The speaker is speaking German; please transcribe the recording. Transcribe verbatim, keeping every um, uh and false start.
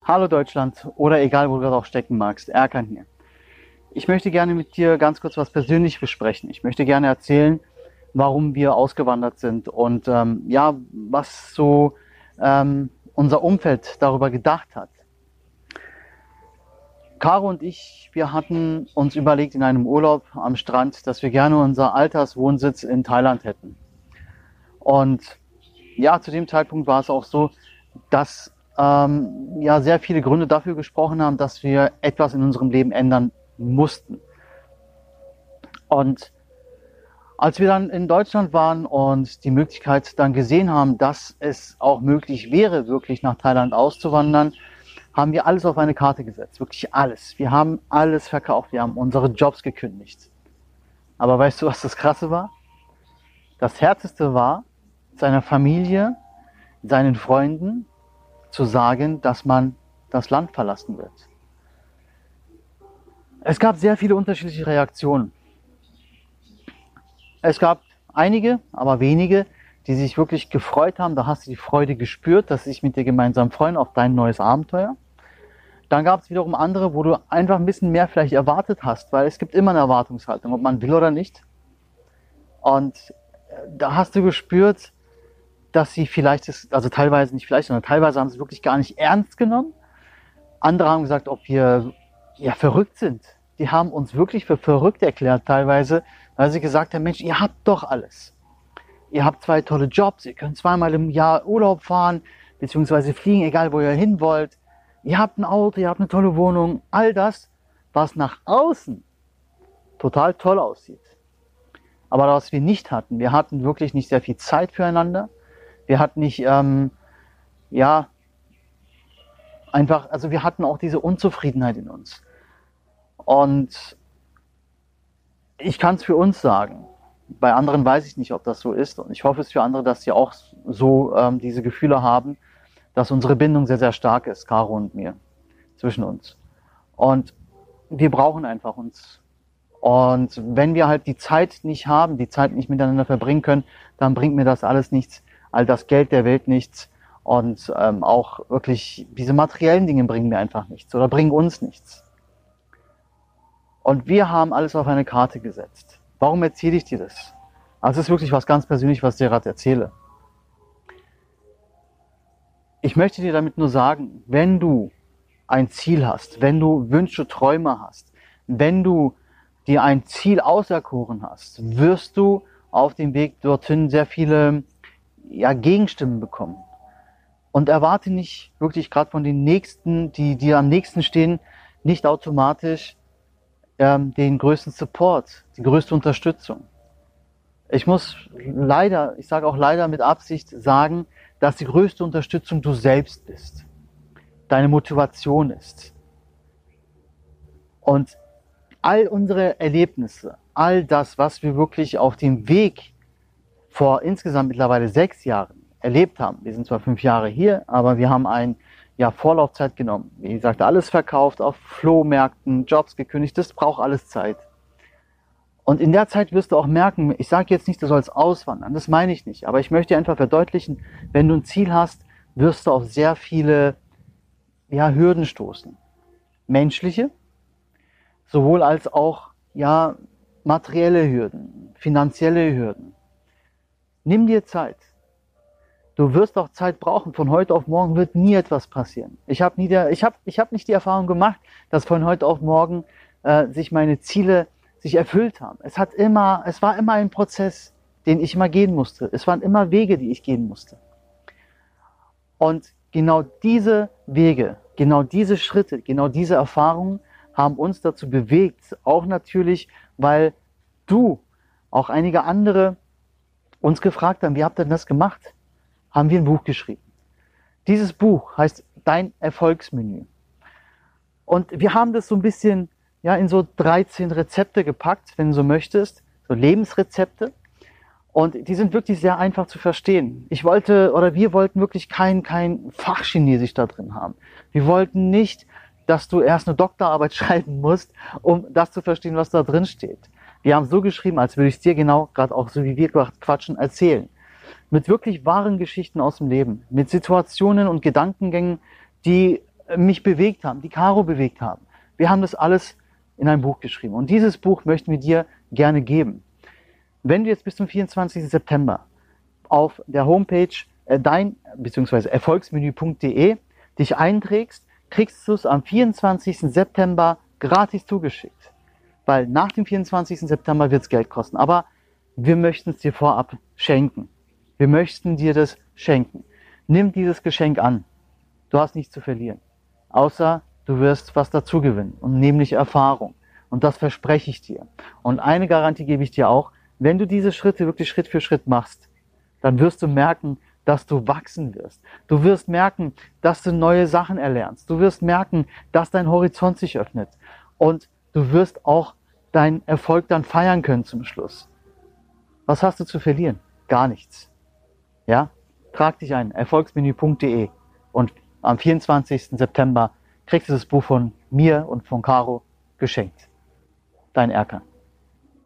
Hallo Deutschland oder egal, wo du gerade auch stecken magst, Erkan hier. Ich möchte gerne mit dir ganz kurz was persönlich besprechen. Ich möchte gerne erzählen, warum wir ausgewandert sind und ähm, ja, was so ähm, unser Umfeld darüber gedacht hat. Caro und ich, wir hatten uns überlegt in einem Urlaub am Strand, dass wir gerne unser Alterswohnsitz in Thailand hätten. Und ja, zu dem Zeitpunkt war es auch so, dass ähm, ja sehr viele Gründe dafür gesprochen haben, dass wir etwas in unserem Leben ändern mussten. Und als wir dann in Deutschland waren und die Möglichkeit dann gesehen haben, dass es auch möglich wäre, wirklich nach Thailand auszuwandern, haben wir alles auf eine Karte gesetzt. Wirklich alles. Wir haben alles verkauft. Wir haben unsere Jobs gekündigt. Aber weißt du, was das Krasse war? Das Härteste war, seiner Familie, seinen Freunden zu sagen, dass man das Land verlassen wird. Es gab sehr viele unterschiedliche Reaktionen. Es gab einige, aber wenige, die sich wirklich gefreut haben. Da hast du die Freude gespürt, dass sie sich mit dir gemeinsam freuen auf dein neues Abenteuer. Dann gab es wiederum andere, wo du einfach ein bisschen mehr vielleicht erwartet hast, weil es gibt immer eine Erwartungshaltung, ob man will oder nicht. Und da hast du gespürt, dass sie vielleicht, also teilweise nicht vielleicht, sondern teilweise haben sie es wirklich gar nicht ernst genommen. Andere haben gesagt, ob wir ja verrückt sind. Die haben uns wirklich für verrückt erklärt teilweise, weil sie gesagt haben, Mensch, ihr habt doch alles. Ihr habt zwei tolle Jobs, ihr könnt zweimal im Jahr Urlaub fahren, beziehungsweise fliegen, egal wo ihr hin wollt. Ihr habt ein Auto, ihr habt eine tolle Wohnung. All das, was nach außen total toll aussieht. Aber was wir nicht hatten, wir hatten wirklich nicht sehr viel Zeit füreinander. Wir hatten nicht, ähm, ja, einfach, also wir hatten auch diese Unzufriedenheit in uns. Und ich kann es für uns sagen. Bei anderen weiß ich nicht, ob das so ist. Und ich hoffe es für andere, dass sie auch so ähm, diese Gefühle haben, dass unsere Bindung sehr, sehr stark ist, Caro und mir, zwischen uns. Und wir brauchen einfach uns. Und wenn wir halt die Zeit nicht haben, die Zeit nicht miteinander verbringen können, dann bringt mir das alles nichts, all das Geld der Welt nichts. Und ähm, auch wirklich diese materiellen Dinge bringen mir einfach nichts oder bringen uns nichts. Und wir haben alles auf eine Karte gesetzt. Warum erzähle ich dir das? Also es ist wirklich was ganz Persönliches, was ich dir gerade erzähle. Ich möchte dir damit nur sagen, wenn du ein Ziel hast, wenn du Wünsche, Träume hast, wenn du dir ein Ziel auserkoren hast, wirst du auf dem Weg dorthin sehr viele ja, Gegenstimmen bekommen. Und erwarte nicht wirklich gerade von den Nächsten, die dir am nächsten stehen, nicht automatisch ähm, den größten Support, die größte Unterstützung. Ich muss leider, ich sage auch leider mit Absicht sagen, dass die größte Unterstützung du selbst bist, deine Motivation ist. Und all unsere Erlebnisse, all das, was wir wirklich auf dem Weg vor insgesamt mittlerweile sechs Jahren erlebt haben, wir sind zwar fünf Jahre hier, aber wir haben ein Jahr Vorlaufzeit genommen. Wie gesagt, alles verkauft, auf Flohmärkten, Jobs gekündigt, das braucht alles Zeit. Und in der Zeit wirst du auch merken, ich sage jetzt nicht, du sollst auswandern, das meine ich nicht, aber ich möchte einfach verdeutlichen, wenn du ein Ziel hast, wirst du auf sehr viele ja, Hürden stoßen. Menschliche, sowohl als auch ja, materielle Hürden, finanzielle Hürden. Nimm dir Zeit. Du wirst auch Zeit brauchen. Von heute auf morgen wird nie etwas passieren. Ich habe nie der, ich habe, ich habe nicht die Erfahrung gemacht, dass von heute auf morgen äh, sich meine Ziele sich erfüllt haben. Es hat immer, es war immer ein Prozess, den ich immer gehen musste. Es waren immer Wege, die ich gehen musste. Und genau diese Wege, genau diese Schritte, genau diese Erfahrungen haben uns dazu bewegt, auch natürlich, weil du, auch einige andere uns gefragt haben, wie habt ihr denn das gemacht? Haben wir ein Buch geschrieben. Dieses Buch heißt Dein Erfolgsmenü. Und wir haben das so ein bisschen ja, in so dreizehn Rezepte gepackt, wenn du so möchtest, so Lebensrezepte. Und die sind wirklich sehr einfach zu verstehen. Ich wollte, oder wir wollten wirklich kein, kein Fachchinesisch da drin haben. Wir wollten nicht, dass du erst eine Doktorarbeit schreiben musst, um das zu verstehen, was da drin steht. Wir haben so geschrieben, als würde ich es dir genau, gerade auch so wie wir quatschen, erzählen. Mit wirklich wahren Geschichten aus dem Leben. Mit Situationen und Gedankengängen, die mich bewegt haben, die Caro bewegt haben. Wir haben das alles in ein Buch geschrieben. Und dieses Buch möchten wir dir gerne geben. Wenn du jetzt bis zum vierundzwanzigsten September auf der Homepage äh, dein bzw. erfolgsmenü punkt de dich einträgst, kriegst du es am vierundzwanzigsten September gratis zugeschickt. Weil nach dem vierundzwanzigsten September wird es Geld kosten. Aber wir möchten es dir vorab schenken. Wir möchten dir das schenken. Nimm dieses Geschenk an. Du hast nichts zu verlieren. Außer du wirst was dazu gewinnen. Und nämlich Erfahrung. Und das verspreche ich dir. Und eine Garantie gebe ich dir auch. Wenn du diese Schritte wirklich Schritt für Schritt machst, dann wirst du merken, dass du wachsen wirst. Du wirst merken, dass du neue Sachen erlernst. Du wirst merken, dass dein Horizont sich öffnet. Und du wirst auch deinen Erfolg dann feiern können zum Schluss. Was hast du zu verlieren? Gar nichts. Ja? Trag dich ein, erfolgsmenü punkt de, und am vierundzwanzigsten September kriegst du das Buch von mir und von Caro geschenkt. Dein Erkan.